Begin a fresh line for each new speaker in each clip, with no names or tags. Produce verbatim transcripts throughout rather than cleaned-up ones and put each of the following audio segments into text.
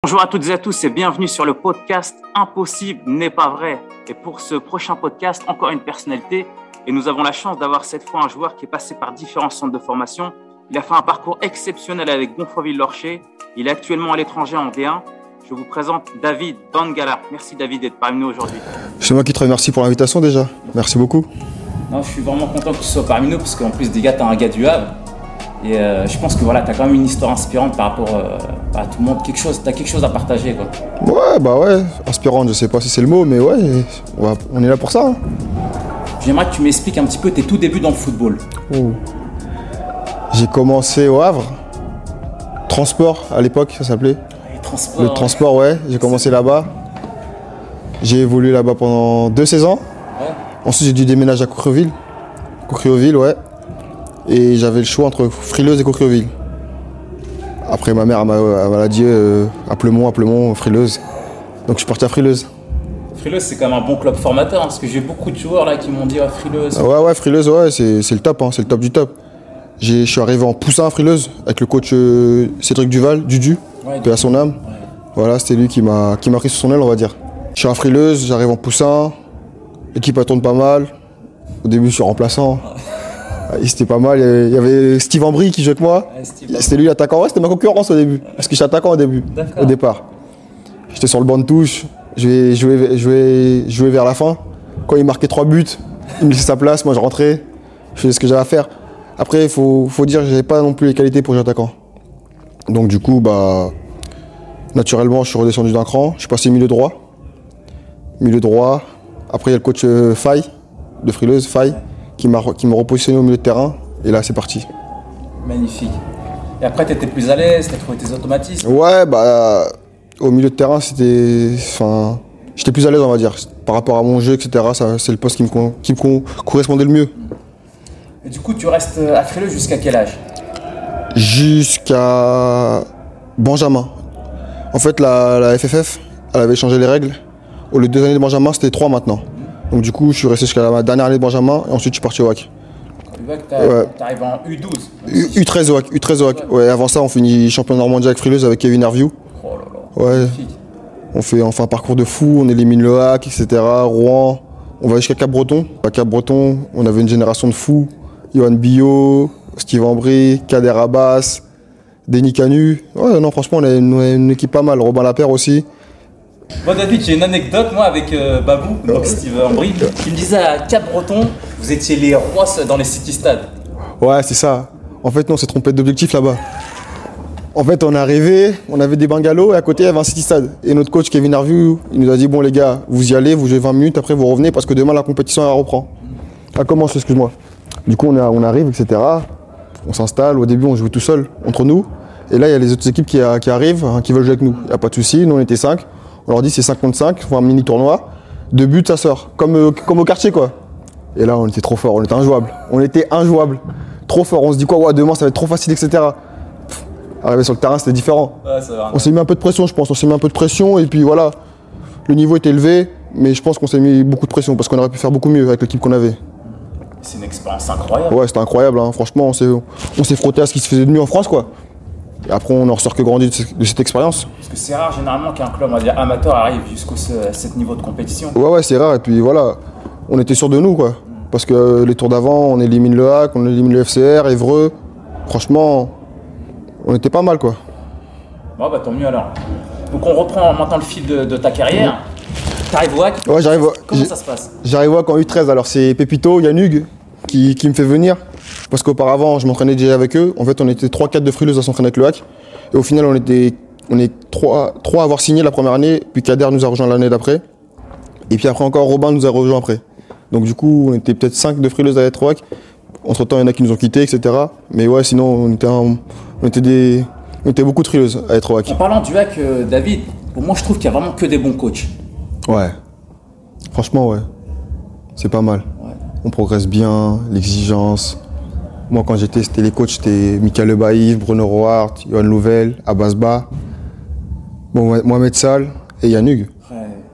Bonjour à toutes et à tous et bienvenue sur le podcast Impossible n'est pas vrai. Et pour ce prochain podcast, encore une personnalité. Et nous avons la chance d'avoir cette fois un joueur qui est passé par différents centres de formation. Il a fait un parcours exceptionnel avec Gonfreville-Lorcher. Il est actuellement à l'étranger en D un. Je vous présente David Bangala. Merci David d'être parmi nous aujourd'hui.
C'est moi qui te remercie pour l'invitation déjà. Merci beaucoup.
Non, je suis vraiment content que tu sois parmi nous parce qu'en plus des gars, tu es un gars du Havre. Et euh, je pense que voilà, tu as quand même une histoire inspirante par rapport euh, à tout le monde. Quelque chose, tu as quelque chose à partager, quoi.
Ouais, bah ouais, inspirante, je sais pas si c'est le mot, mais ouais, on, va, on est là pour ça. Hein.
J'aimerais que tu m'expliques un petit peu tes tout débuts dans le football.
Oh. J'ai commencé au Havre, Transport à l'époque, ça s'appelait.
Le transport.
Le Transport, ouais, j'ai commencé là-bas. J'ai évolué là-bas pendant deux saisons.
Ouais.
Ensuite, j'ai dû déménager à Courcreville. Courcreville, ouais. Et j'avais le choix entre Frileuse et Courcreville. Après, ma mère m'a, m'a dit euh, à Plemont, à Plemont, Frileuse. Donc, je suis parti à Frileuse.
Frileuse, c'est quand même un bon club formateur, hein, parce que j'ai beaucoup de joueurs là qui m'ont dit ah, Frileuse.
Ouais, ouais, Frileuse, ouais, c'est, c'est le top, hein, c'est le top du top. J'ai, je suis arrivé en poussin à Frileuse avec le coach euh, Cédric Duval, Dudu,
Ouais,
paix à son âme.
Ouais.
Voilà, c'était lui qui m'a, qui m'a pris sous son aile, on va dire. Je suis à Frileuse, j'arrive en poussin. L'équipe elle tourne pas mal. Au début, je suis remplaçant. Et c'était pas mal. Il y avait Steve Ambry qui jouait avec moi.
Ouais, Steve
C'était lui l'attaquant. Ouais, c'était ma concurrence au début. Parce que j'étais attaquant au début,
D'accord.
au départ. J'étais sur le banc de touche. Je vais jouer, jouer, jouer vers la fin. Quand il marquait trois buts, il me laissait sa place. Moi, je rentrais. Je faisais ce que j'avais à faire. Après, il faut, faut dire que j'avais pas non plus les qualités pour jouer attaquant. Donc du coup, bah, naturellement, je suis redescendu d'un cran. Je suis passé milieu droit. Milieu droit. Après, il y a le coach euh, Faye, de Frileuse, Faye, qui m'a, qui m'a repositionné au milieu de terrain. Et là, c'est parti.
Magnifique. Et après, tu étais plus à l'aise, tu as trouvé tes automatismes.
Ouais, bah, au milieu de terrain, c'était. Enfin, j'étais plus à l'aise, on va dire. Par rapport à mon jeu, et cetera, ça, c'est le poste qui me, con- qui me con- correspondait le mieux.
Et du coup, tu restes à Frileuse jusqu'à quel âge?
Jusqu'à Benjamin. En fait, la, la F F F, elle avait changé les règles. Au lieu de deux années de Benjamin, c'était trois maintenant. Donc du coup, je suis resté jusqu'à la dernière année de Benjamin et ensuite je suis parti au W A C.
Tu vois que tu
Ouais.
arrives en U douze.
U- U13 au W A C, U treize au W A C. Ouais, avant ça, on finit champion de Normandie avec Frileuse avec Kevin Herview.
Oh là là.
Ouais.
Magnifique.
On fait enfin un parcours de fou, on élimine le W A C, et cetera. Rouen, on va jusqu'à Cap-Breton. À Cap-Breton, on avait une génération de fous. Johan Billot, Steve Ambry, Kader Abbas, Denis Canu. Ouais, non, franchement, on a une, une équipe pas mal. Robin Lapère aussi.
Bon David, j'ai une anecdote moi avec euh, Babou, donc Steve Ambry, qui me disait à Cap-Breton, vous étiez les rois dans les city stades.
Ouais, c'est ça. En fait, non, on s'est trompé d'objectif là-bas. En fait, on est arrivé, on avait des bungalows et à côté, il y avait un city stade. Et notre coach Kevin Herview, il nous a dit bon, les gars, vous y allez, vous jouez vingt minutes, après vous revenez parce que demain la compétition elle reprend. Elle commence, excuse-moi. Du coup, on, est, on arrive, et cetera. On s'installe. Au début, on joue tout seul entre nous. Et là, il y a les autres équipes qui, qui arrivent, hein, qui veulent jouer avec nous. Il n'y a pas de souci, nous on était cinq. On leur dit c'est cinq contre cinq, on fait un mini tournoi. Deux buts, ça sort. Comme, euh, comme au quartier, quoi. Et là, on était trop fort, on était injouable. On était injouable. Trop fort. On se dit quoi, ouais, demain ça va être trop facile, et cetera. Pff, arriver sur le terrain, c'était différent.
Ouais, ça va.
On s'est mis un peu de pression, je pense. On s'est mis un peu de pression et puis voilà. Le niveau était élevé, mais je pense qu'on s'est mis beaucoup de pression parce qu'on aurait pu faire beaucoup mieux avec l'équipe qu'on avait.
C'est une expérience incroyable.
Ouais, c'était incroyable, hein. Franchement, on s'est, on s'est frotté à ce qui se faisait de mieux en France, quoi. Et après, on en ressort que grandi de, ce- de cette expérience.
Parce que c'est rare généralement qu'un club on va dire, amateur arrive jusqu'au ce, cet niveau de compétition.
Ouais, ouais, c'est rare. Et puis voilà, on était sûr de nous, quoi. Parce que euh, les tours d'avant, on élimine le H A C, on élimine le F C R, Évreux. Franchement, on était pas mal, quoi.
Bon bah tant mieux alors. Donc on reprend maintenant le fil de, de ta carrière. T'arrives au W A C.
Ouais, j'arrive.
Comment
j'ai-
ça se passe?
J'arrive en U treize, alors c'est Pépito, Yann Hugues qui, qui me fait venir. Parce qu'auparavant, je m'entraînais déjà avec eux. En fait, on était trois quatre de Frileuse à s'entraîner avec le W A C. Et au final, on était on est trois à avoir signé la première année, puis Kader nous a rejoint l'année d'après. Et puis après encore, Robin nous a rejoint après. Donc du coup, on était peut-être cinq de Frileuse à être au W A C. Entre-temps, il y en a qui nous ont quittés, et cetera. Mais ouais, sinon, on était, un- on était, des, on était beaucoup de Frileuse à être au W A C.
En parlant du W A C, euh, David, pour moi je trouve qu'il y a vraiment que des bons coachs.
Ouais. Franchement, ouais. C'est pas mal.
Ouais.
On progresse bien, l'exigence. Moi, quand j'étais, c'était les coachs, c'était Michael Lebaïf, Bruno Rohart, Johan Louvel, Abbas Ba, bon, Mohamed Sall et Yann Hugues.
Ouais.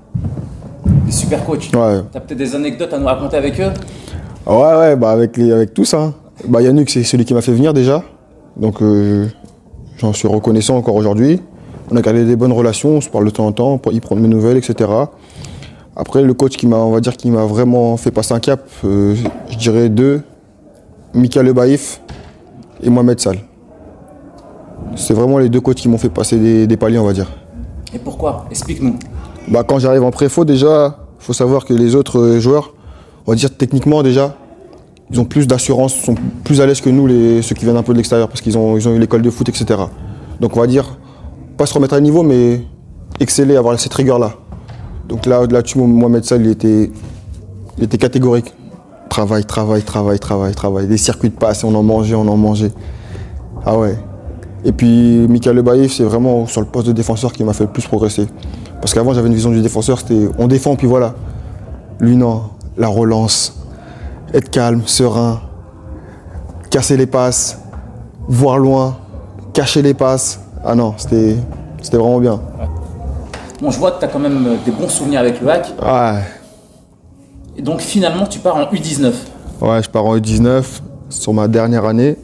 Des super coachs.
Ouais.
T'as peut-être des anecdotes à nous raconter avec eux?
Ouais, ouais, bah avec, les, avec tout ça. Hein. Bah, Yann Hugues, c'est celui qui m'a fait venir déjà. Donc, euh, j'en suis reconnaissant encore aujourd'hui. On a gardé des bonnes relations, on se parle de temps en temps, il prend mes nouvelles, et cetera. Après, le coach qui m'a, on va dire, qui m'a vraiment fait passer un cap, euh, je dirais deux, Mikael Baïf et Mohamed Sall. C'est vraiment les deux coachs qui m'ont fait passer des, des paliers, on va dire.
Et pourquoi? Explique-nous.
Bah, quand j'arrive en préfo, déjà, il faut savoir que les autres joueurs, on va dire techniquement déjà, ils ont plus d'assurance, sont plus à l'aise que nous, les, ceux qui viennent un peu de l'extérieur, parce qu'ils ont, ils ont eu l'école de foot, et cetera. Donc on va dire, pas se remettre à niveau, mais exceller, avoir cette rigueur-là. Donc là, là-dessus, Mohamed Sall, il était, il était catégorique. Travail, travail, travail, travail, travail. Des circuits de passe, on en mangeait, on en mangeait. Ah ouais. Et puis Mikael Baïf, c'est vraiment sur le poste de défenseur qui m'a fait le plus progresser. Parce qu'avant, j'avais une vision du défenseur, c'était on défend, puis voilà. Lui, non. La relance, être calme, serein, casser les passes, voir loin, cacher les passes. Ah non, c'était, c'était vraiment bien.
Bon, je vois que tu as quand même des bons souvenirs avec le Hack.
Ouais.
Et donc finalement, tu pars en U dix-neuf.
Ouais, je pars en U dix-neuf sur ma dernière année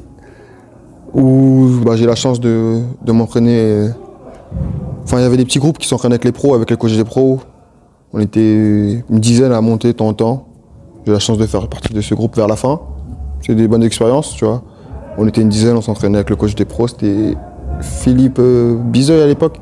où bah, j'ai la chance de, de m'entraîner. Enfin, il y avait des petits groupes qui s'entraînaient avec les pros, avec les coachs des pros. On était une dizaine à monter de temps en temps. J'ai la chance de faire partie de ce groupe vers la fin. C'est des bonnes expériences, tu vois. On était une dizaine, on s'entraînait avec le coach des pros. C'était Philippe euh, Bizeuil à l'époque.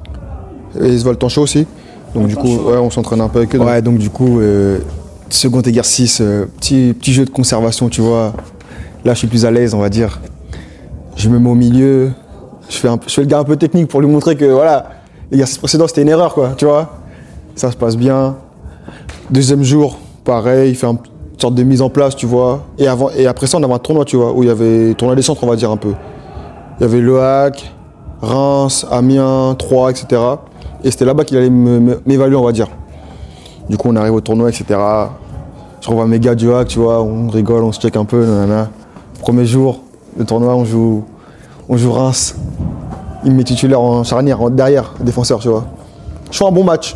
Et Isval Tancho aussi. Donc du coup, ouais, on s'entraînait un peu avec eux. Ouais, donc du coup, euh, second exercice, euh, petit, petit jeu de conservation, tu vois. Là, je suis plus à l'aise, on va dire. Je me mets au milieu. Je fais, un, je fais le gars un peu technique pour lui montrer que voilà, l'exercice précédent, c'était une erreur, quoi, tu vois. Ça se passe bien. Deuxième jour, pareil, il fait une sorte de mise en place, tu vois. Et, avant, et après ça, on avait un tournoi, tu vois, où il y avait tournoi des centres, on va dire un peu. Il y avait Le Hack, Reims, Amiens, Troyes, et cetera. Et c'était là-bas qu'il allait m'évaluer, on va dire. Du coup, on arrive au tournoi, et cetera. Je revois mes gars du Hack, tu vois, on rigole, on se check un peu, nanana. Premier jour, le tournoi, on joue, on joue Reims. Il me met titulaire en charnière, en derrière, défenseur, tu vois. Je fais un bon match.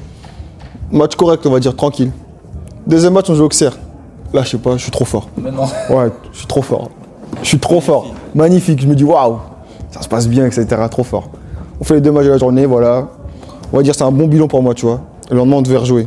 Match correct, on va dire, tranquille. Deuxième match, on joue au Auxerre. Là, je sais pas, je suis trop fort.
Maintenant.
Ouais, je suis trop fort. Je suis trop fort. Magnifique. Je me dis, waouh, ça se passe bien, et cetera. Trop fort. On fait les deux matchs de la journée, voilà. On va dire c'est un bon bilan pour moi, tu vois. Le lendemain, on devait rejouer.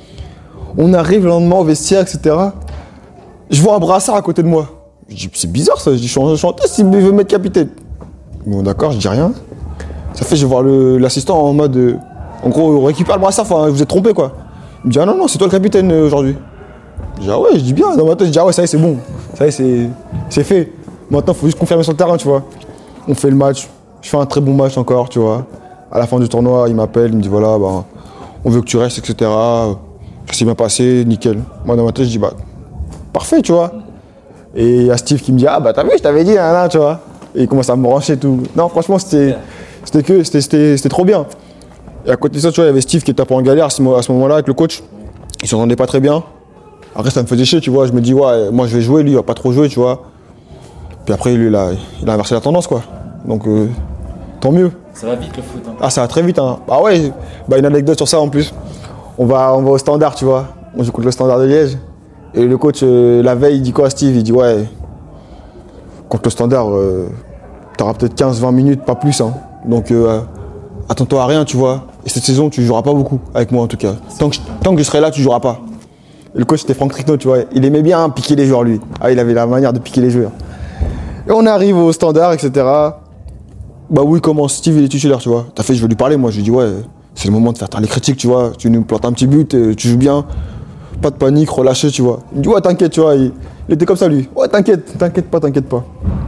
On arrive le lendemain au vestiaire, et cetera. Je vois un brassard à côté de moi. Je dis, c'est bizarre ça. Je dis, je suis en chanteuse, il veut mettre capitaine. Bon, d'accord, je dis rien. Ça fait, je vais voir le, l'assistant en mode. Euh, en gros, on récupère le brassard, enfin, vous êtes trompé quoi. Il me dit, ah non, non, c'est toi le capitaine euh, aujourd'hui. Je dis, ah ouais, je dis bien. Dans ma tête, je dis, ah ouais, ça y est, c'est bon. Ça y est, c'est, c'est fait. Maintenant, il faut juste confirmer sur le terrain, tu vois. On fait le match. Je fais un très bon match encore, tu vois. À la fin du tournoi, il m'appelle, il me dit, voilà, bah, on veut que tu restes, et cetera. Ça s'est bien passé, nickel. Moi, dans ma tête, je dis, bah, parfait, tu vois. Et il y a Steve qui me dit, ah bah, t'as vu, je t'avais dit, hein, là, tu vois. Et il commence à me brancher tout. Non, franchement, c'était, c'était que, c'était, c'était, c'était trop bien. Et à côté de ça, tu vois, il y avait Steve qui était un peu en galère à ce moment-là avec le coach. Il s'entendait pas très bien. Après, ça me faisait chier, tu vois. Je me dis, ouais, moi, je vais jouer, lui, il va pas trop jouer, tu vois. Puis après, lui, il a, il a inversé la tendance, quoi. Donc, euh, tant mieux.
Ça va vite, le foot. Hein.
Ah, ça va très vite, hein. Ah ouais, bah, une anecdote sur ça, en plus. On va, on va au Standard, tu vois. On joue contre le Standard de Liège. Et le coach, euh, la veille, il dit quoi à Steve? Il dit, ouais, contre le Standard, euh, t'auras peut-être quinze vingt minutes, pas plus, hein. Donc, euh, attends-toi à rien, tu vois. Et cette saison, tu joueras pas beaucoup, avec moi en tout cas. Tant que, je, tant que je serai là, tu joueras pas. Et le coach, c'était Franck Tricot, tu vois. Il aimait bien piquer les joueurs, lui. Ah, il avait la manière de piquer les joueurs. Et on arrive au Standard, et cetera. Bah oui, comment Steve, il est titulaire, tu vois. T'as fait, je veux lui parler, moi. Je lui dis, ouais, c'est le moment de faire les critiques, tu vois. Tu nous plantes un petit but, tu joues bien. Pas de panique, relâché, tu vois. Il me dit, ouais, t'inquiète, tu vois. Il, il était comme ça, lui. Ouais, t'inquiète, t'inquiète pas, t'inquiète pas.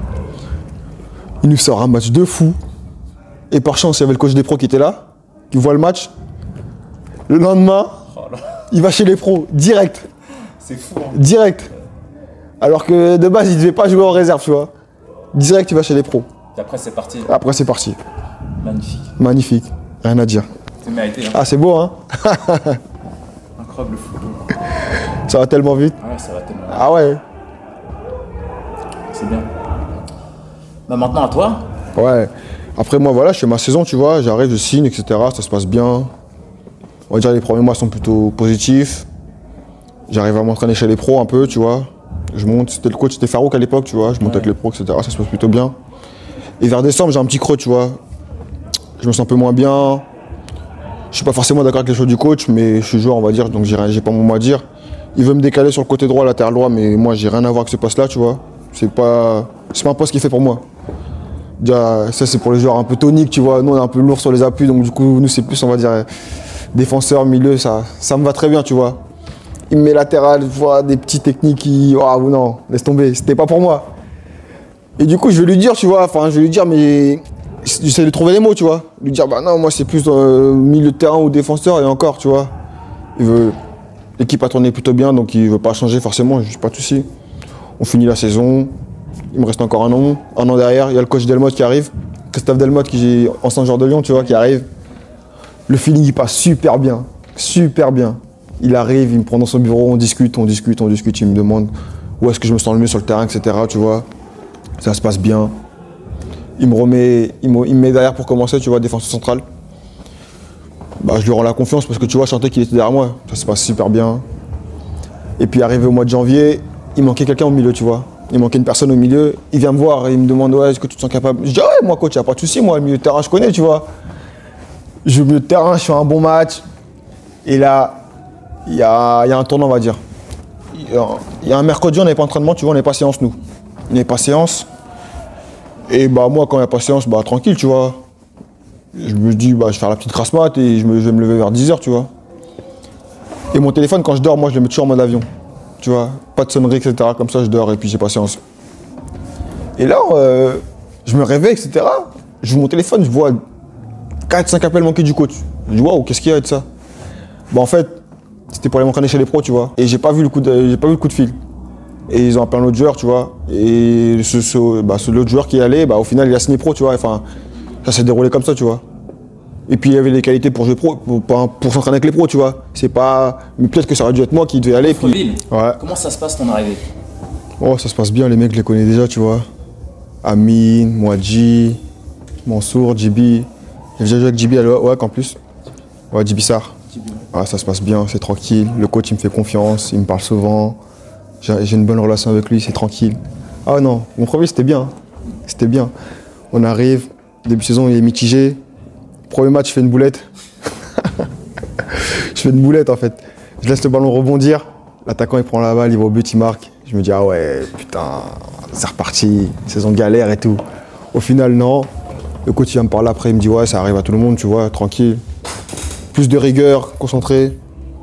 Il nous sort un match de fou. Et par chance, il y avait le coach des pros qui était là, qui voit le match. Le lendemain, oh il va chez les pros, direct.
C'est fou, hein.
Direct. Alors que de base, il devait pas jouer en réserve, tu vois. Direct, il va chez les pros.
Et après, c'est parti.
Après, c'est parti.
Magnifique.
Magnifique. Rien à dire.
C'est mérité, hein.
Ah, c'est beau, hein.
Incroyable le football.
Ça va tellement vite.
Ah ouais, ça va tellement vite.
Ah ouais.
C'est bien. Bah maintenant, à toi.
Ouais. Après, moi, voilà, je fais ma saison, tu vois. J'arrive, je signe, et cetera. Ça se passe bien. On va dire les premiers mois sont plutôt positifs. J'arrive à m'entraîner chez les pros un peu, tu vois. Je monte, c'était le coach, c'était Farouk à l'époque, tu vois. Je monte ouais. avec les pros, et cetera. Ça se passe plutôt bien. Et vers décembre, j'ai un petit creux, tu vois. je me sens un peu moins bien. Je suis pas forcément d'accord avec les choix du coach, mais je suis joueur, on va dire, donc j'ai, j'ai pas mon mot à dire. Il veut me décaler sur le côté droit, latéral droit, mais moi, j'ai rien à voir avec ce poste-là, tu vois. C'est pas, c'est pas un poste qui est fait pour moi. Déjà, ça, c'est pour les joueurs un peu toniques, tu vois. Nous, on est un peu lourd sur les appuis, donc du coup, nous, c'est plus, on va dire, défenseur, milieu, ça, ça me va très bien, tu vois. Il me met latéral, je vois des petites techniques qui, oh non, laisse tomber, c'était pas pour moi. Et du coup, je vais lui dire, tu vois, enfin, je vais lui dire, mais j'essaie de trouver les mots, tu vois. Lui dire, bah non, moi, c'est plus euh, milieu de terrain ou défenseur, et encore, tu vois. Il veut, l'équipe a tourné plutôt bien, donc il veut pas changer forcément, j'ai pas de soucis. On finit la saison, il me reste encore un an, un an derrière, il y a le coach Delmotte qui arrive, Christophe Delmotte, qui est ancien joueur de Lyon, tu vois, qui arrive. Le feeling, il passe super bien, super bien. Il arrive, il me prend dans son bureau, on discute, on discute, on discute, il me demande où est-ce que je me sens le mieux sur le terrain, et cetera, tu vois. Ça se passe bien. Il me remet, il me, il me met derrière pour commencer, tu vois, défenseur central. Bah, je lui rends la confiance parce que tu vois, je sentais qu'il était derrière moi. Ça se passe super bien. Et puis arrivé au mois de janvier, il manquait quelqu'un au milieu, tu vois. Il manquait une personne au milieu. Il vient me voir et il me demande, ouais, est-ce que tu te sens capable? Je dis, ah ouais, moi coach, il n'y a pas de souci, moi, le milieu de terrain, je connais, tu vois. Je joue au milieu de terrain, je fais un bon match. Et là, il y a, y a un tournant, on va dire. Il y, y a un mercredi, on n'est pas entraînement, tu vois, on n'est pas séance, nous. On n'est pas séance. Et bah moi, quand il n'y a pas séance, bah tranquille, tu vois. Je me dis, bah je vais faire la petite crasse mat et je, me, je vais me lever vers dix heures, tu vois. Et mon téléphone, quand je dors, moi, je le mets toujours en mode avion. Tu vois, pas de sonnerie, et cetera. Comme ça, je dors et puis j'ai pas séance. Et là, euh, je me réveille, et cetera. Je vois mon téléphone, je vois quatre cinq appels manqués du coach. Je dis, waouh, qu'est-ce qu'il y a de ça? Bah en fait, c'était pour aller m'entraîner chez les pros, tu vois. Et j'ai pas vu le coup de, j'ai pas vu le coup de fil. Et ils ont appelé un autre joueur, tu vois. Et ce, ce, bah, ce l'autre joueur qui est allé, bah, au final, il a signé pro, tu vois. Enfin, ça s'est déroulé comme ça, tu vois. Et puis il y avait des qualités pour jouer pro, pour, pour, pour s'entraîner avec les pros, tu vois. C'est pas. Mais peut-être que ça aurait dû être moi qui devais aller. Puis...
Ouais. Comment ça se passe ton arrivée?
Oh, ça se passe bien, les mecs, je les connais déjà, tu vois. Amine, Mouadji, Mansour, Djibi. J'ai déjà joué avec Djibi à l'O A C en plus. Ouais, Djibi Sarr. Ouais, ça se passe bien, c'est tranquille. Le coach, il me fait confiance, il me parle souvent. J'ai une bonne relation avec lui, c'est tranquille. Ah non, mon premier, c'était bien. C'était bien. On arrive, début de saison, il est mitigé. Premier match, je fais une boulette. Je fais une boulette, en fait. Je laisse le ballon rebondir. L'attaquant, il prend la balle, il va au but, il marque. Je me dis, ah ouais, putain, c'est reparti. Saison galère et tout. Au final, non. Le coach, il vient me parler après, il me dit, ouais, ça arrive à tout le monde, tu vois, tranquille. Plus de rigueur, concentré.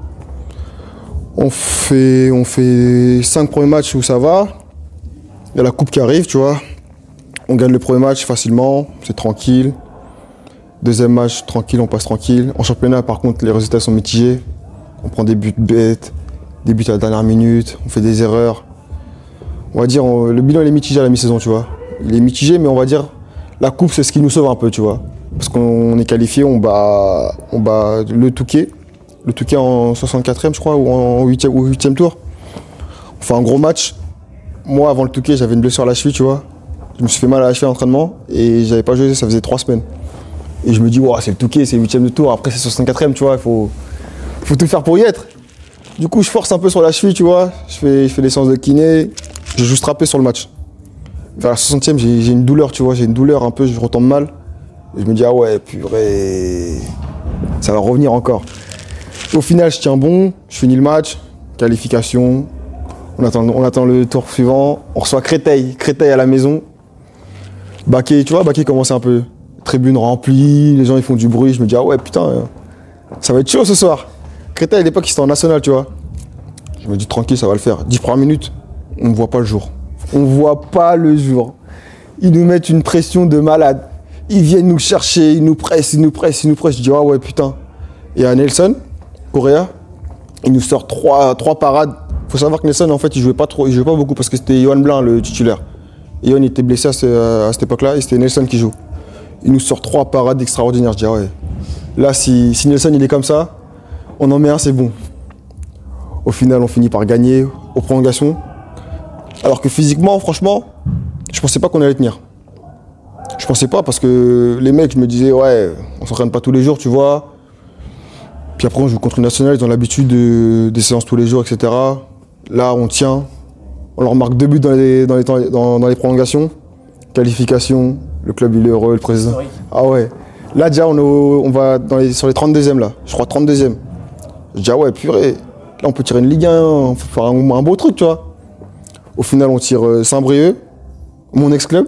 On fait, on fait cinq premiers matchs où ça va. Il y a la coupe qui arrive, tu vois. On gagne le premier match facilement, c'est tranquille. Deuxième match, tranquille, on passe tranquille. En championnat, par contre, les résultats sont mitigés. On prend des buts bêtes, des buts à la dernière minute, on fait des erreurs. On va dire, on, le bilan il est mitigé à la mi-saison, tu vois. Il est mitigé, mais on va dire, la coupe, c'est ce qui nous sauve un peu, tu vois. Parce qu'on est qualifié, on bat, on bat le Touquet. Le Touquet en soixante-quatrième, je crois, ou en huitième, ou huitième tour. On fait un gros match. Moi, avant le Touquet, j'avais une blessure à la cheville, tu vois. Je me suis fait mal à la cheville en entraînement et j'avais pas joué, ça faisait trois semaines. Et je me dis, wow, c'est le Touquet, c'est huitième de tour, après c'est soixante-quatrième, tu vois, il faut, faut tout faire pour y être. Du coup, je force un peu sur la cheville, tu vois. Je fais, je fais des séances de kiné, je joue strappé sur le match. Vers la soixantième, j'ai, j'ai une douleur, tu vois, j'ai une douleur un peu, je retombe mal. Et je me dis, ah ouais, purée, ça va revenir encore. Au final, je tiens bon, je finis le match, qualification, on attend, on attend le tour suivant, on reçoit Créteil, Créteil à la maison. Baké, tu vois, Baké commence un peu, tribune remplie, les gens ils font du bruit, je me dis, ah ouais, putain, ça va être chaud ce soir. Créteil à l'époque, ils étaient en national, tu vois. Je me dis, tranquille, ça va le faire. dix premières minutes, on ne voit pas le jour. On voit pas le jour. Ils nous mettent une pression de malade. Ils viennent nous chercher, ils nous pressent, ils nous pressent, ils nous pressent. Je dis, ah ouais, putain. Et à Nelson, Correa, il nous sort trois, trois parades. Faut savoir que Nelson, en fait, il jouait pas trop, il jouait pas beaucoup parce que c'était Johan Blin, le titulaire. Et Johan était blessé à, ce, à cette époque-là et c'était Nelson qui joue. Il nous sort trois parades extraordinaires. Je dis, ah ouais. Là, si, si Nelson, il est comme ça, on en met un, c'est bon. Au final, on finit par gagner aux prolongations. Alors que physiquement, franchement, je pensais pas qu'on allait tenir. Je pensais pas parce que les mecs, je me disais, ouais, on s'entraîne pas tous les jours, tu vois. Puis après, on joue contre une nationale, ils ont l'habitude de, des séances tous les jours, et cetera. Là, on tient. On leur marque deux buts dans les, dans les, temps, dans, dans les prolongations. Qualification, le club, il est heureux, le président. Ah ouais. Là, déjà, on, est au- on va dans les, sur les trente-deuxièmes, là. Je crois trente-deuxième. Je dis, ah ouais, purée. Là, on peut tirer une Ligue un, on peut faire un, un beau truc, tu vois. Au final, on tire euh, Saint-Brieuc, mon ex-club.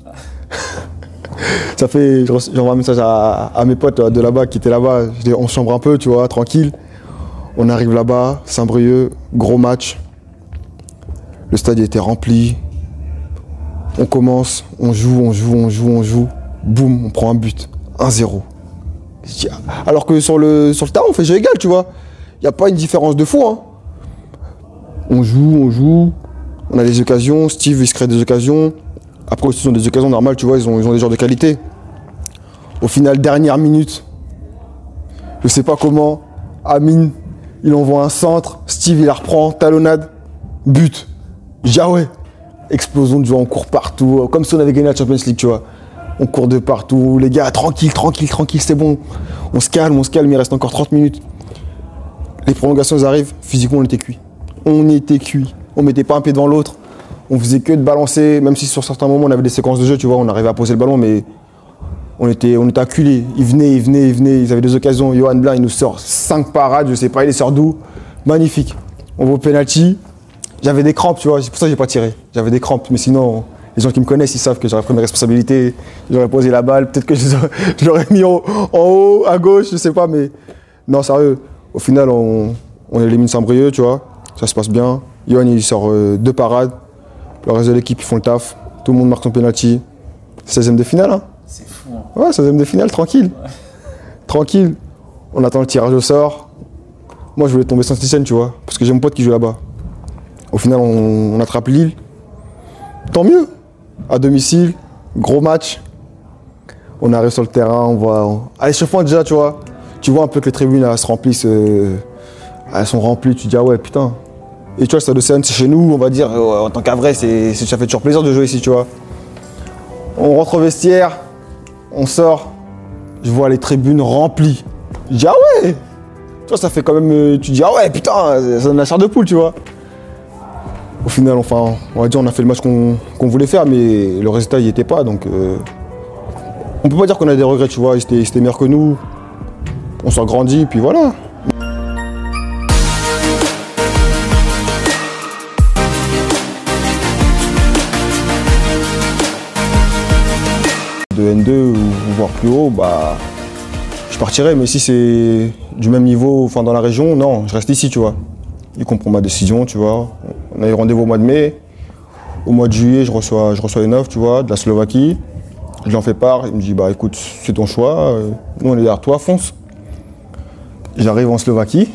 Ça fait, j'envoie un message à, à mes potes de là-bas qui étaient là-bas. Je dis, on se chambre un peu, tu vois, tranquille. On arrive là-bas, Saint-Brieuc, gros match. Le stade était rempli. On commence, on joue, on joue, on joue, on joue. Boum, on prend un but. un zéro. Alors que sur le, sur le terrain, on fait jeu égal, tu vois. Il n'y a pas une différence de fou. Hein. On joue, on joue. On a des occasions. Steve, il se crée des occasions. Après, ce sont des occasions normales, tu vois. Ils ont, ils ont des joueurs de qualité. Au final, dernière minute, je sais pas comment, Amine, il envoie un centre. Steve, il la reprend. Talonnade. But. Je dis, ah ouais. Explosion de joie, on court partout. Comme si on avait gagné la Champions League, tu vois. On court de partout, les gars, tranquille, tranquille, tranquille, c'est bon. On se calme, on se calme, il reste encore trente minutes. Les prolongations elles arrivent, physiquement on était cuit. On était cuit. On mettait pas un pied devant l'autre. On faisait que de balancer, même si sur certains moments on avait des séquences de jeu, tu vois, on arrivait à poser le ballon, mais on était, on était acculés. Ils venaient, ils venaient, ils venaient, ils avaient des occasions. Johan Blin, il nous sort cinq parades, je sais pas, il les sort d'où. Magnifique. On va au penalty. J'avais des crampes, tu vois, c'est pour ça que j'ai pas tiré. J'avais des crampes, mais sinon. Les gens qui me connaissent, ils savent que j'aurais pris mes responsabilités, j'aurais posé la balle, peut-être que je l'aurais mis en, en haut, à gauche, je sais pas, mais non, sérieux. Au final, on, on élimine Saint-Brieuc, tu vois, ça se passe bien. Yohan, il sort euh, deux parades, le reste de l'équipe, ils font le taf, tout le monde marque son penalty. seizième de finale, hein.
C'est fou, hein.
Ouais, seizième de finale, tranquille. Ouais. Tranquille. On attend le tirage au sort. Moi, je voulais tomber Saint-Etienne, tu vois, parce que j'ai mon pote qui joue là-bas. Au final, on, on attrape Lille. Tant mieux. À domicile, gros match. On arrive sur le terrain, on voit. À l'échauffement déjà, tu vois. Tu vois un peu que les tribunes elles se remplissent. Euh... Elles sont remplies, tu te dis ah ouais putain. Et tu vois, le Stade Océane, c'est chez nous, on va dire, euh, en tant qu'Havrais, c'est, ça fait toujours plaisir de jouer ici, tu vois. On rentre au vestiaire, on sort, je vois les tribunes remplies. Je dis ah ouais. Tu vois, ça fait quand même. Euh, tu te dis ah ouais putain, ça donne la chair de poule, tu vois. Au final, enfin, on va dire on a fait le match qu'on qu'on voulait faire, mais le résultat n'y était pas. Donc, euh, on peut pas dire qu'on a des regrets, tu vois. C'était c'était meilleur que nous. On s'en grandit, puis voilà. De N deux ou voire plus haut, bah, je partirais. Mais si c'est du même niveau, enfin dans la région, non, je reste ici, tu vois. Il comprend ma décision, tu vois. On a eu rendez-vous au mois de mai. Au mois de juillet, je reçois, je reçois une offre, tu vois, de la Slovaquie. Je lui en fais part. Il me dit, bah écoute, c'est ton choix. Nous, on est derrière toi, fonce. J'arrive en Slovaquie.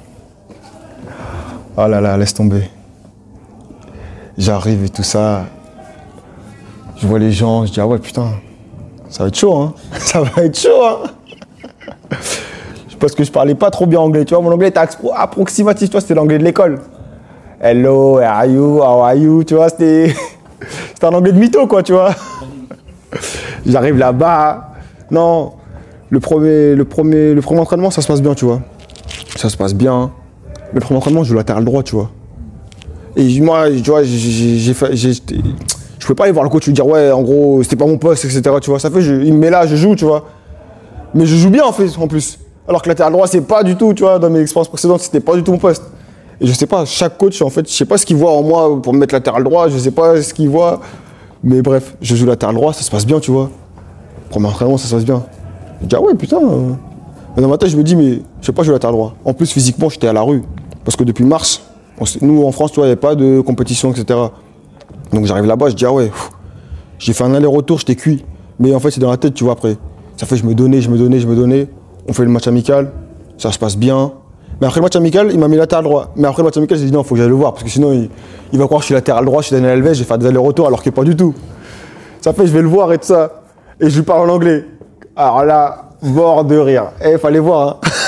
Ah là là, laisse tomber. J'arrive et tout ça. Je vois les gens, je dis, ah ouais, putain, ça va être chaud, hein. Ça va être chaud, hein. Parce que je parlais pas trop bien anglais, tu vois, mon anglais était approximatif, tu vois, c'était l'anglais de l'école. Hello, how are you, how are you, tu vois, c'était c'était un anglais de mytho, quoi, tu vois. J'arrive là-bas, non, le premier, le, premier, le premier entraînement, ça se passe bien, tu vois. Ça se passe bien. Mais le premier entraînement, je joue latéral droit, tu vois. Et moi, tu vois, j'ai fait... Je pouvais pas aller voir le coach et lui dire, ouais, en gros, c'était pas mon poste, et cetera, tu vois. Ça fait, je, il me met là, je joue, tu vois. Mais je joue bien, en fait, en plus. Alors que latéral droit, c'est pas du tout, tu vois, dans mes expériences précédentes, c'était pas du tout mon poste. Et je sais pas, chaque coach, en fait, je sais pas ce qu'il voit en moi pour me mettre latéral droit, je sais pas ce qu'il voit. Mais bref, je joue latéral droit, ça se passe bien, tu vois. Premier entraînement, ça se passe bien. Je dis, ah ouais, putain. Mais dans ma tête, je me dis, mais je sais pas jouer latéral droit. En plus, physiquement, j'étais à la rue. Parce que depuis mars, on, nous, en France, tu vois, il n'y avait pas de compétition, et cetera. Donc j'arrive là-bas, je dis, ah ouais, j'ai fait un aller-retour, j'étais cuit. Mais en fait, c'est dans la tête, tu vois, après. Ça fait, je me donnais, je me donnais, je me donnais. On fait le match amical, ça se passe bien. Mais après le match amical, il m'a mis latéral droit. Mais après le match amical, j'ai dit non, il faut que j'aille le voir, parce que sinon, il, il va croire que je suis latéral droit, je suis Daniel Alves, je vais faire des allers-retours, alors que pas du tout. Ça fait, je vais le voir et tout ça. Et je lui parle en anglais. Alors là, mort de rire. Eh, il fallait voir, hein.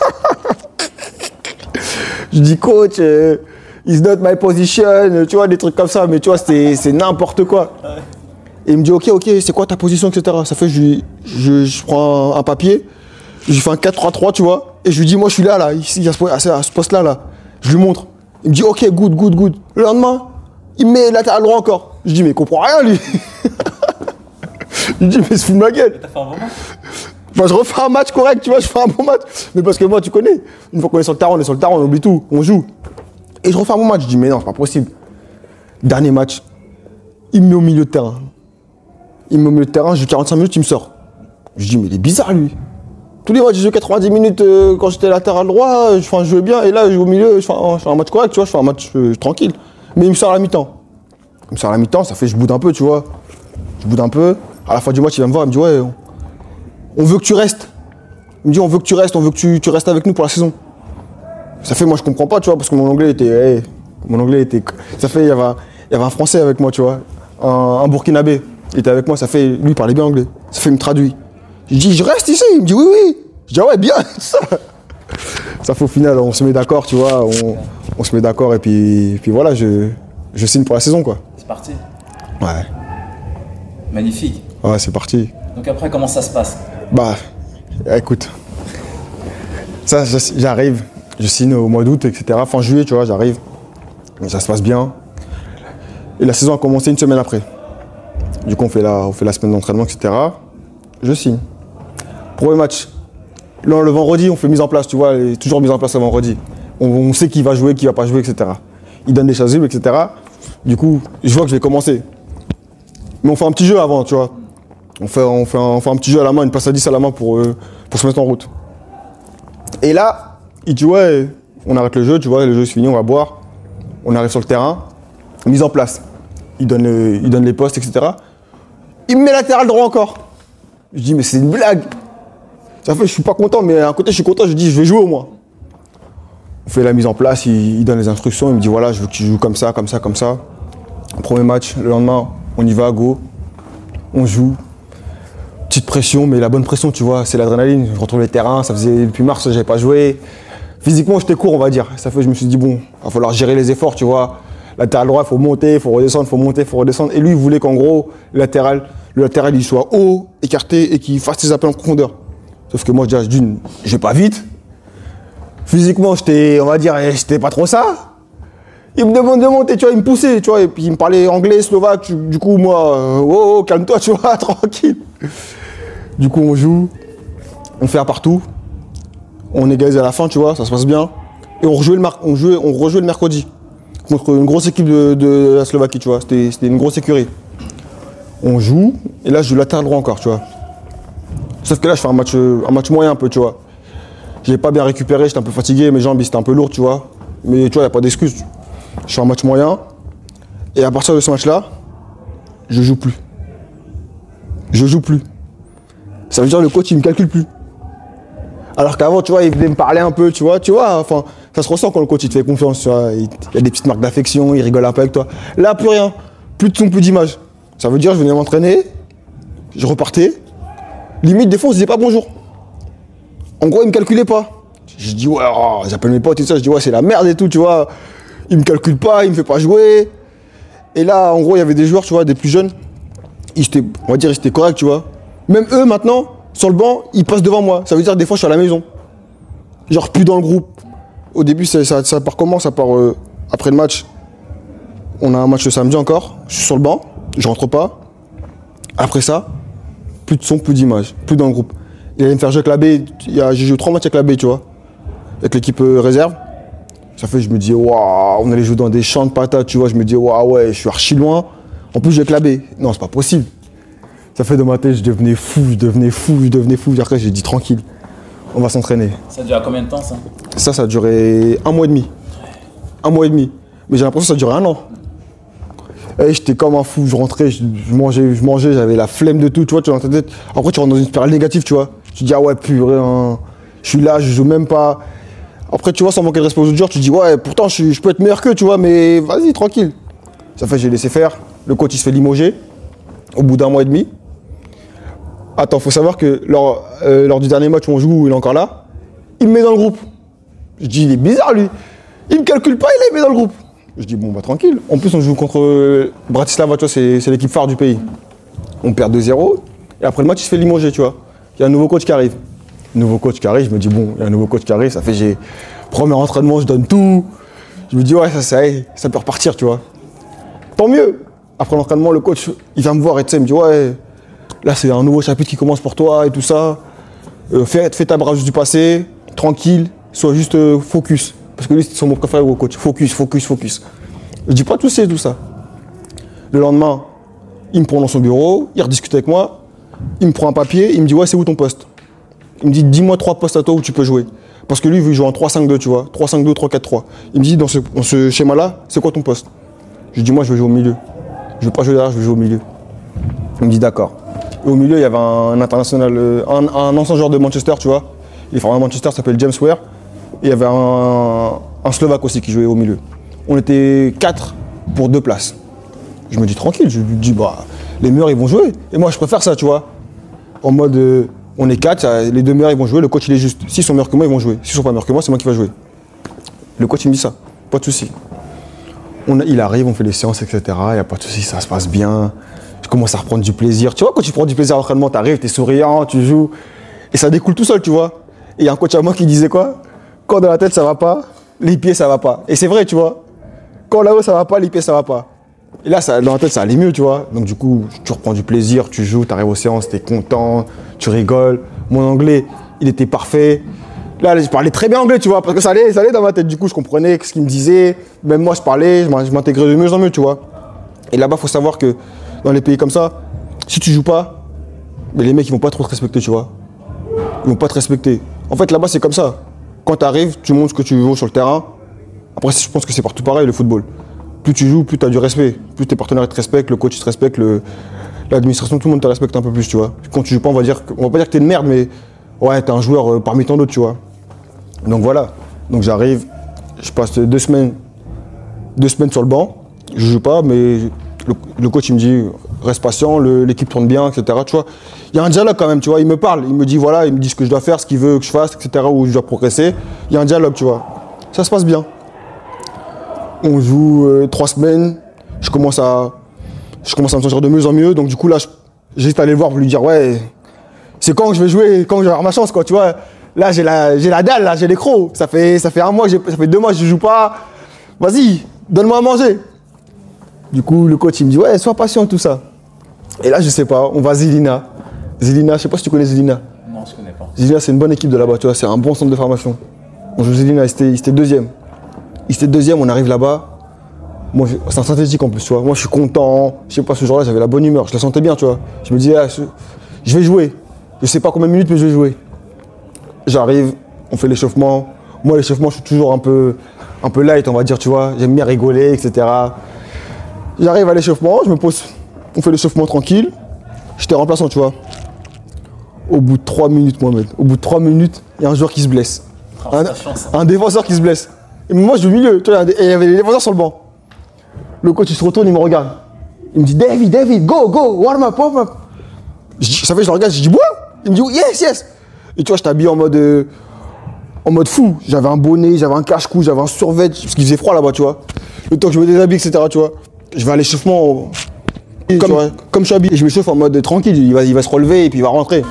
Je dis, coach, euh, it's not my position, tu vois, des trucs comme ça, mais tu vois, c'est n'importe quoi. Et il me dit, ok, ok, c'est quoi ta position, et cetera. Ça fait, je, je, je prends un, un papier, je lui fais un quatre trois trois, tu vois, et je lui dis, moi, je suis là, là, ici, à ce, à ce poste-là, là. Je lui montre. Il me dit, ok, good, good, good. Le lendemain, il me met latéral droit encore. Je dis, mais il comprend rien, lui. Je lui dis, mais il se fout de ma gueule.
T'as fait un moment ?
Enfin, je refais un match correct, tu vois, je fais un bon match. Mais parce que moi, tu connais, une fois qu'on est sur le terrain, on est sur le terrain, on oublie tout, on joue. Et je refais un bon match, je dis, mais non, c'est pas possible. Dernier match, il me met au milieu de terrain. Il me met au milieu de terrain, je joue quarante-cinq minutes, il me sort. Je dis, mais il est bizarre, lui. Tous les matchs, j'ai joué quatre-vingt-dix minutes euh, quand j'étais latéral droit, je, enfin, je jouais bien, et là, je joue au milieu, je fais un, je fais un match correct, tu vois, je fais un match euh, tranquille. Mais il me sort à la mi-temps. Il me sort à la mi-temps, ça fait je boude un peu, tu vois. Je boude un peu. À la fin du match, il vient me voir, il me dit, ouais, on, on veut que tu restes. Il me dit, on veut que tu restes, on veut que tu, tu restes avec nous pour la saison. Ça fait, moi, je comprends pas, tu vois, parce que mon anglais était. Hey, mon anglais était. Ça fait, il y avait un, il y avait un Français avec moi, tu vois. Un, un Burkinabé. Il était avec moi, ça fait. Lui, il parlait bien anglais. Ça fait, il me traduit. Je dis, je reste ici. Il me dit, oui, oui. Je dis, ah ouais, bien, ça. Ça fait au final, on se met d'accord, tu vois. On, on se met d'accord, et puis, et puis voilà, je, je signe pour la saison, quoi.
C'est parti.
Ouais.
Magnifique.
Ouais, c'est parti.
Donc après, comment ça se passe?
Bah, écoute. Ça, j'arrive. Je signe au mois d'août, et cetera. Fin juillet, tu vois, j'arrive. Ça se passe bien. Et la saison a commencé une semaine après. Du coup, on fait la, on fait la semaine d'entraînement, et cetera. Je signe. Premier match. Là, le vendredi, on fait mise en place, tu vois, toujours mise en place le vendredi. On, on sait qui va jouer, qui va pas jouer, et cetera. Il donne des chasubles, et cetera. Du coup, je vois que je vais commencer. Mais on fait un petit jeu avant, tu vois. On fait, on fait, un, on fait un petit jeu à la main, une passe à dix à la main pour, euh, pour se mettre en route. Et là, il dit ouais, on arrête le jeu, tu vois, le jeu c'est fini, on va boire. On arrive sur le terrain, mise en place. Il donne, le, il donne les postes, et cetera. Il me met latéral droit encore. Je dis mais c'est une blague. Ça fait je suis pas content, mais à un côté je suis content, je dis je vais jouer au moins. On fait la mise en place, il, il donne les instructions, il me dit voilà, je veux que tu joues comme ça, comme ça, comme ça. Premier match, le lendemain, on y va, go. On joue. Petite pression, mais la bonne pression, tu vois, c'est l'adrénaline. Je retrouve les terrains, ça faisait depuis mars, j'avais pas joué. Physiquement, j'étais court, on va dire. Ça fait, je me suis dit, bon, il va falloir gérer les efforts, tu vois. Latéral droit, il faut monter, il faut redescendre, il faut monter, il faut redescendre. Et lui, il voulait qu'en gros, le latéral, le latéral, il soit haut, écarté et qu'il fasse ses appels en profondeur. Sauf que moi, déjà, d'une, je vais pas vite. Physiquement, j'étais, on va dire, j'étais pas trop ça. Il me demande de monter, tu vois, il me poussait, tu vois, et puis il me parlait anglais, slovaque. Du coup, moi, euh, oh, oh, calme-toi, tu vois, tranquille. Du coup, on joue, on fait un partout, on égalise à la fin, tu vois, ça se passe bien. Et on rejouait le, mar- on jouait, on rejouait le mercredi contre une grosse équipe de, de la Slovaquie, tu vois. C'était, c'était une grosse écurie. On joue, et là, je joue latéral droit encore, tu vois. Sauf que là, je fais un match, un match moyen un peu, tu vois. J'ai pas bien récupéré, j'étais un peu fatigué, mes jambes, c'était un peu lourd, tu vois. Mais tu vois, il n'y a pas d'excuse. Je fais un match moyen, et à partir de ce match-là, je joue plus. Je joue plus. Ça veut dire que le coach, il me calcule plus. Alors qu'avant, tu vois, il venait me parler un peu, tu vois, tu vois, enfin, ça se ressent quand le coach, il te fait confiance, tu vois. Il y a des petites marques d'affection, il rigole un peu avec toi. Là, plus rien. Plus de son, plus d'image. Ça veut dire que je venais m'entraîner, je repartais. Limite, des fois, on se disait pas bonjour. En gros, il me calculait pas. Je dis, ouais, oh, j'appelle mes potes et tout ça, je dis, ouais, c'est la merde et tout, tu vois. Il me calcule pas, il me fait pas jouer. Et là, en gros, il y avait des joueurs, tu vois, des plus jeunes. Ils étaient, on va dire, ils étaient corrects, tu vois. Même eux, maintenant, sur le banc, ils passent devant moi. Ça veut dire que des fois, je suis à la maison. Genre, plus dans le groupe. Au début, ça, ça, ça part comment? Ça part euh, après le match. On a un match le samedi encore. Je suis sur le banc, je rentre pas. Après ça, plus de son, plus d'image, plus dans le groupe. Il allait me faire jouer avec la B. J'ai joué trois matchs avec la B, tu vois. Avec l'équipe euh, réserve. Ça fait, je me dis, waouh, on allait jouer dans des champs de patates, tu vois. Je me dis, waouh, ouais, je suis archi loin. En plus, j'ai avec la B. Non, c'est pas possible. Ça fait de ma tête, je devenais fou, je devenais fou, je devenais fou. Après, j'ai dit, tranquille, on va s'entraîner.
Ça dure combien de temps, ça?
Ça, ça a duré un mois et demi. Un mois et demi. Mais j'ai l'impression que ça durait un an. Et j'étais comme un fou, je rentrais, je, je mangeais, je mangeais, j'avais la flemme de tout, tu vois. Tu vois dans ta tête. Après, tu rentres dans une spirale négative, tu vois. Tu te dis, ah ouais, purée, hein, je suis là, je joue même pas. Après, tu vois, sans manquer de respect aux autres joueurs, tu te dis, ouais, pourtant, je, je peux être meilleur qu'eux, tu vois, mais vas-y, tranquille. Ça fait, j'ai laissé faire. Le coach, il se fait limoger au bout d'un mois et demi. Attends, faut savoir que lors, euh, lors du dernier match où on joue, il est encore là, il me met dans le groupe. Je dis, il est bizarre, lui. Il me calcule pas, il est met dans le groupe. Je dis, bon, bah tranquille. En plus, on joue contre euh, Bratislava, tu vois, c'est, c'est l'équipe phare du pays. On perd deux zéro. Et après le match, il se fait limoger, tu vois. Il y a un nouveau coach qui arrive. Nouveau coach qui arrive, je me dis, bon, il y a un nouveau coach qui arrive, ça fait, j'ai premier entraînement, je donne tout. Je me dis, ouais, ça, ça, ça peut repartir, tu vois. Tant mieux. Après l'entraînement, le coach, il vient me voir et tu sais, il me dit, ouais, là, c'est un nouveau chapitre qui commence pour toi et tout ça. Euh, fais, fais ta brasse du passé, tranquille, sois juste euh, focus. Parce que lui, c'est son mot préféré au coach. Focus, focus, focus. Je dis pas tout c'est tout ça. Le lendemain, il me prend dans son bureau, il rediscute avec moi, il me prend un papier, il me dit ouais, c'est où ton poste? Il me dit dis-moi trois postes à toi où tu peux jouer. Parce que lui, il veut jouer en trois cinq deux, tu vois. trois cinq deux, trois quatre trois. Il me dit dans ce, dans ce schéma-là, c'est quoi ton poste? Je lui dis moi, je veux jouer au milieu. Je veux pas jouer derrière, je veux jouer au milieu. Il me dit d'accord. Et au milieu, il y avait un international, un, un ancien joueur de Manchester, tu vois. Il est formé à Manchester, s'appelle James Ware. Et il y avait un, un Slovaque aussi qui jouait au milieu. On était quatre pour deux places. Je me dis tranquille, je lui dis bah les meilleurs ils vont jouer. Et moi je préfère ça, tu vois. En mode euh, on est quatre, les deux meilleurs ils vont jouer, le coach il est juste. S'ils sont meilleurs que moi, ils vont jouer. S'ils sont pas meilleurs que moi, c'est moi qui vais jouer. Le coach il me dit ça, pas de souci. On a, il arrive, on fait les séances, et cetera. Il n'y a pas de souci, ça se passe bien. Je commence à reprendre du plaisir. Tu vois, quand tu prends du plaisir à l'entraînement, tu arrives, tu es souriant, tu joues. Et ça découle tout seul, tu vois. Et il y a un coach à moi qui disait quoi? Quand dans la tête ça va pas, les pieds ça va pas. Et c'est vrai, tu vois. Quand là-haut ça va pas, les pieds ça va pas. Et là, ça, dans la tête, ça allait mieux, tu vois. Donc du coup, tu reprends du plaisir, tu joues, tu arrives aux séances, tu es content, tu rigoles. Mon anglais, il était parfait. Là, je parlais très bien anglais, tu vois, parce que ça allait, ça allait dans ma tête. Du coup, je comprenais ce qu'il me disait. Même moi, je parlais, je m'intégrais de mieux en mieux, tu vois. Et là-bas, il faut savoir que dans les pays comme ça, si tu joues pas, mais les mecs, ils vont pas trop te respecter, tu vois. Ils vont pas te respecter. En fait, là-bas, c'est comme ça. Quand tu arrives, tu montres ce que tu veux sur le terrain. Après, je pense que c'est partout pareil, le football. Plus tu joues, plus tu as du respect. Plus tes partenaires te respectent, le coach te respecte, le, l'administration, tout le monde te respecte un peu plus, tu vois. Quand tu joues pas, on va dire, on va pas dire que t'es une merde, mais ouais, t'es un joueur euh, parmi tant d'autres, tu vois. Donc voilà. Donc j'arrive, je passe deux semaines, deux semaines sur le banc. Je joue pas, mais le, le coach il me dit reste patient, le, l'équipe tourne bien, et cetera. Tu vois. Il y a un dialogue quand même, tu vois. Il me parle, il me dit voilà, il me dit ce que je dois faire, ce qu'il veut que je fasse, et cetera. Où je dois progresser. Il y a un dialogue, tu vois. Ça se passe bien. On joue euh, trois semaines, je commence, à, je commence à me sentir de mieux en mieux, donc du coup là, j'hésite à aller le voir pour lui dire ouais, c'est quand que je vais jouer, quand je vais avoir ma chance, quoi, tu vois. Là, j'ai la, j'ai la dalle, là, j'ai les crocs, ça fait, ça fait un mois, ça fait deux mois que je joue pas, vas-y, donne-moi à manger. Du coup, le coach, il me dit ouais, sois patient, tout ça. Et là, je sais pas, on va à Žilina. Žilina, je sais pas si tu connais Žilina.
Non, je connais pas.
Žilina, c'est une bonne équipe de là-bas, tu vois, c'est un bon centre de formation. On joue Žilina, il était deuxième. Il était deuxième, on arrive là-bas. Moi, c'est un synthétique en plus, tu vois. Moi, je suis content. Je sais pas, ce jour-là, j'avais la bonne humeur. Je la sentais bien, tu vois. Je me disais, ah, je, je vais jouer. Je sais pas combien de minutes, mais je vais jouer. J'arrive, on fait l'échauffement. Moi, l'échauffement, je suis toujours un peu, un peu light, on va dire, tu vois. J'aime bien rigoler, et cetera. J'arrive à l'échauffement, je me pose. On fait l'échauffement tranquille. J'étais remplaçant, tu vois. Au bout de trois minutes, Mohamed, au bout de trois minutes, il y a un joueur qui se blesse.
Oh,
un,
chance, hein.
un défenseur qui se blesse. Et moi, je suis au milieu, tu vois, et il y avait les défenseurs sur le banc. Le coach, il se retourne, il me regarde. Il me dit, David, David, go, go, warm up, warm up. Je, ça fait, je le regarde, je dis, quoi? Il me dit, yes, yes. Et tu vois, je t'habille en mode, euh, en mode fou. J'avais un bonnet, j'avais un cache-cou, j'avais un survêt, parce qu'il faisait froid là-bas, tu vois. Le temps que je me déshabille, et cetera, tu vois. Je vais à l'échauffement, comme, tu vois, comme je suis habillé, je m'échauffe en mode tranquille. Il va, il va se relever et puis il va rentrer.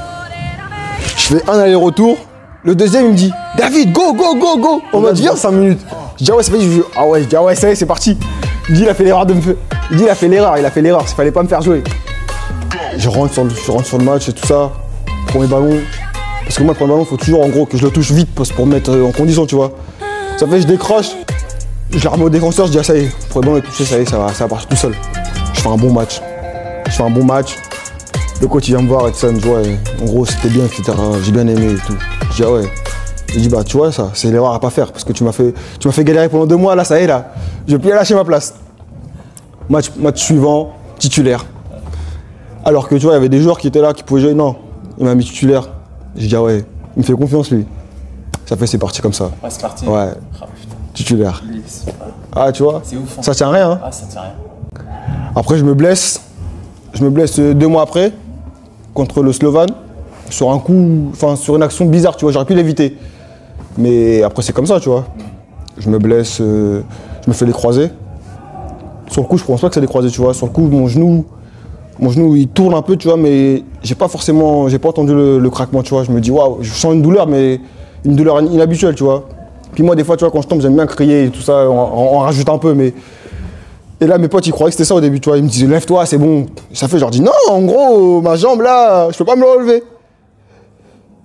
Je fais un aller-retour. Le deuxième, il me dit, David, go, go, go, go. On m'a dit, viens, cinq minutes. Je dis, ah ouais, c'est fait. Je dis, ah ouais, je dis, ah ouais, ça y est, c'est parti. Il dit, il a fait l'erreur de me faire. Il dit, il a fait l'erreur, il a fait l'erreur. Il fallait pas me faire jouer. Je rentre sur le, je rentre sur le match et tout ça. Premier ballon. Parce que moi, le premier ballon, il faut toujours, en gros, que je le touche vite pour me mettre en condition, tu vois. Ça fait, je décroche. Je la remets au défenseur, je dis, ah ça y est, le premier ballon est touché, ça y est, ça va, ça va partir tout seul. Je fais un bon match. Je fais un bon match. Le coach, il vient me voir et tout ça, il me dit, ouais, en gros, c'était bien, et cetera. J'ai bien aimé et tout. Je dis, ah ouais. Il dit, bah, tu vois, ça, c'est l'erreur à pas faire, parce que tu m'as fait, tu m'as fait galérer pendant deux mois, là, ça y est, là. Je vais plus lâcher ma place. Match, match suivant, titulaire. Alors que, tu vois, il y avait des joueurs qui étaient là, qui pouvaient jouer. Non, il m'a mis titulaire. J'ai dit, ah ouais, il me fait confiance, lui. Ça fait, c'est parti comme ça.
Ouais, c'est parti.
Ouais.
Oh,
titulaire.
Est...
Ah, tu vois,
c'est ouf, hein.
Ça tient rien, hein.
Ah, ça tient rien.
Après, je me blesse. Je me blesse deux mois après, contre le Slovan, sur un coup, enfin, sur une action bizarre, tu vois, j'aurais pu l'éviter. Mais après, c'est comme ça, tu vois. Je me blesse, euh, je me fais les croisés. Sur le coup, je pense pas que c'est des croisés, tu vois. Sur le coup, mon genou, mon genou, il tourne un peu, tu vois, mais j'ai pas forcément, j'ai pas entendu le, le craquement, tu vois. Je me dis, waouh, je sens une douleur, mais une douleur inhabituelle, tu vois. Puis moi, des fois, tu vois, quand je tombe, j'aime bien crier et tout ça, on, on, on rajoute un peu, mais... Et là, mes potes, ils croyaient que c'était ça au début, tu vois. Ils me disaient, lève-toi, c'est bon. Ça fait, je leur dis, non, en gros, ma jambe, là, je peux pas me le relever.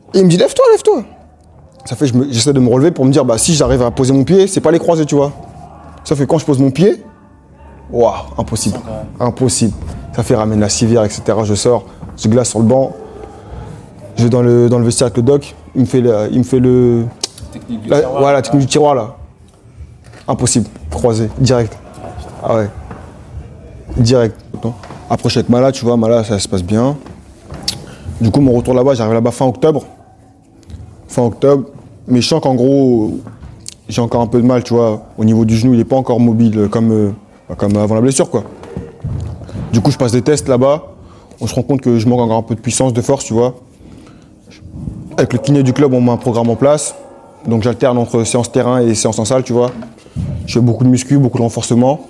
Et il me dit lève-toi, lève-toi. Ça fait, je me- j'essaie de me relever pour me dire, bah si j'arrive à poser mon pied, c'est pas les croisés, tu vois. Ça fait quand je pose mon pied, waouh, impossible, impossible. Ça fait ramène la civière, et cetera. Je sors, je glace sur le banc, je vais dans le, dans le vestiaire avec le doc, il me fait le, il me fait le,
Technique du
la,
tiroir.
ouais, la technique du tiroir là. Impossible, croisé, direct. Ah ouais, direct. Après je suis avec Mala, tu vois, Mala ça se passe bien. Du coup mon retour là-bas, j'arrive là-bas fin octobre. Fin octobre, mais je sens qu'en gros, j'ai encore un peu de mal, tu vois. Au niveau du genou, il n'est pas encore mobile comme, euh, comme avant la blessure, quoi. Du coup, je passe des tests là-bas. On se rend compte que je manque encore un peu de puissance, de force, tu vois. Avec le kiné du club, on met un programme en place. Donc j'alterne entre séance terrain et séance en salle, tu vois. Je fais beaucoup de muscu, beaucoup de renforcement.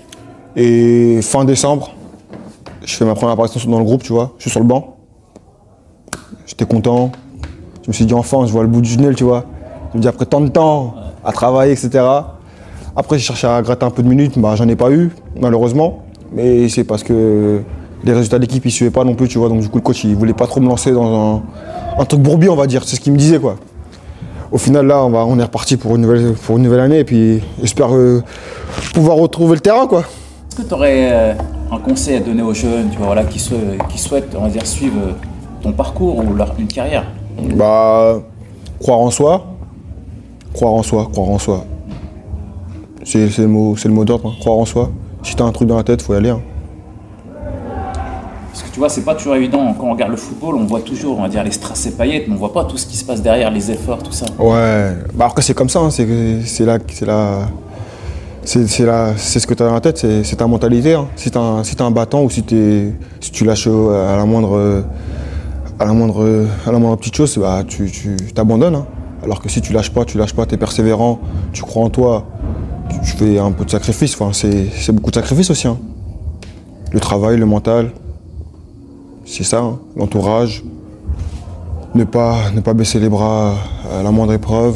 Et fin décembre, je fais ma première apparition dans le groupe, tu vois. Je suis sur le banc. J'étais content. Je me suis dit enfin, je vois le bout du tunnel, tu vois. Je me dis après tant de temps à travailler, et cetera. Après, j'ai cherché à gratter un peu de minutes, bah, j'en ai pas eu, malheureusement. Mais c'est parce que les résultats d'équipe, ils suivaient pas non plus, tu vois. Donc du coup, le coach, il voulait pas trop me lancer dans un, un truc bourbier, on va dire. C'est ce qu'il me disait, quoi. Au final, là, on, va, on est reparti pour une nouvelle, pour une nouvelle année. Et puis, j'espère euh, pouvoir retrouver le terrain, quoi.
Est-ce que tu aurais un conseil à donner aux jeunes, tu vois, voilà, qui, se, qui souhaitent, on va dire, suivre ton parcours ou leur, une carrière?
Bah, croire en soi, croire en soi, croire en soi. C'est c'est le mot, c'est le mot d'ordre, hein. Croire en soi. Si t'as un truc dans la tête, faut y aller, hein.
Parce que tu vois, c'est pas toujours évident. Quand on regarde le football, on voit toujours, on va dire, les strass et paillettes, mais on voit pas tout ce qui se passe derrière, les efforts, tout ça.
Ouais, bah après c'est comme ça, hein. c'est c'est là, c'est là, c'est c'est là, c'est ce que t'as dans la tête, c'est c'est ta mentalité, hein. Si t'as un, si t'as un battant ou si t'es, si tu lâches à la moindre, à la moindre, à la moindre petite chose, bah tu, tu t'abandonnes, hein. Alors que si tu lâches pas, tu lâches pas, t'es persévérant, tu crois en toi, tu, tu fais un peu de sacrifice. Enfin, c'est c'est beaucoup de sacrifice aussi, hein. Le travail, le mental, c'est ça, hein. L'entourage. Ne pas, ne pas baisser les bras à la moindre épreuve.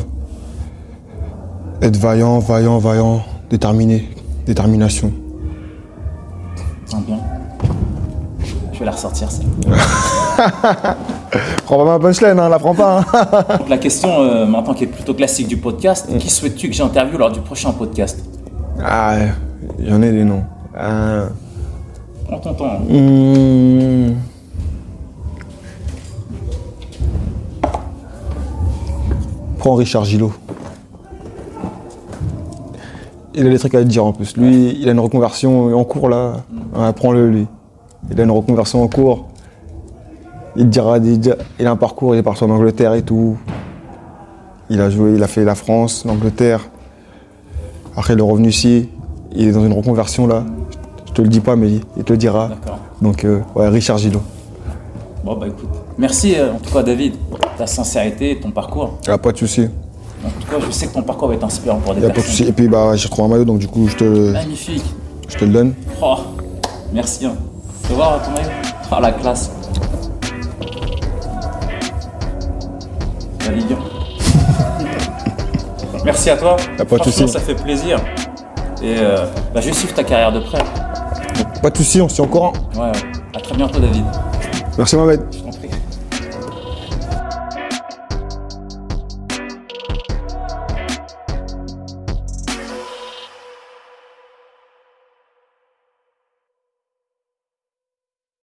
Être vaillant, vaillant, vaillant, déterminé, détermination.
Ah, bien. Je vais la ressortir, ça.
Prends pas ma punchline, hein, la prends pas. Hein.
Donc la question, euh, maintenant qui est plutôt classique du podcast, qui souhaites-tu que j'interviewe lors du prochain podcast?
Ah, j'en ai des noms. Euh...
On t'entend.
Mmh... Prends Richard Gillot. Il a des trucs à te dire en plus. Lui, il a une reconversion en cours là. Ouais, prends-le lui. Il a une reconversion en cours. Il te dira, il a un parcours, il est parti en Angleterre et tout. Il a joué, il a fait la France, l'Angleterre. Après, il est revenu ici. Il est dans une reconversion là. Je te le dis pas, mais il te le dira.
D'accord.
Donc, euh, ouais, Richard Gillot.
Bon, bah écoute. Merci euh, en tout cas, David, pour ta sincérité et ton parcours.
Ah, pas de souci.
En tout cas, je sais que ton parcours va être inspirant pour des
Y a pas de
personnes.
souci. Et puis, bah, j'ai retrouvé un maillot, donc du coup, je te,
Magnifique.
je te le donne.
Oh, merci. Hein. Tu veux voir ton maillot? Ah, la classe. La Ligue un. Merci à toi.
Y a pas de
Franchement,
souci.
ça fait plaisir. Et euh, bah, je vais suivre ta carrière de près.
Pas de souci, on se tient au courant.
Ouais, ouais. À très bientôt, David.
Merci Mohamed.
Je t'en prie.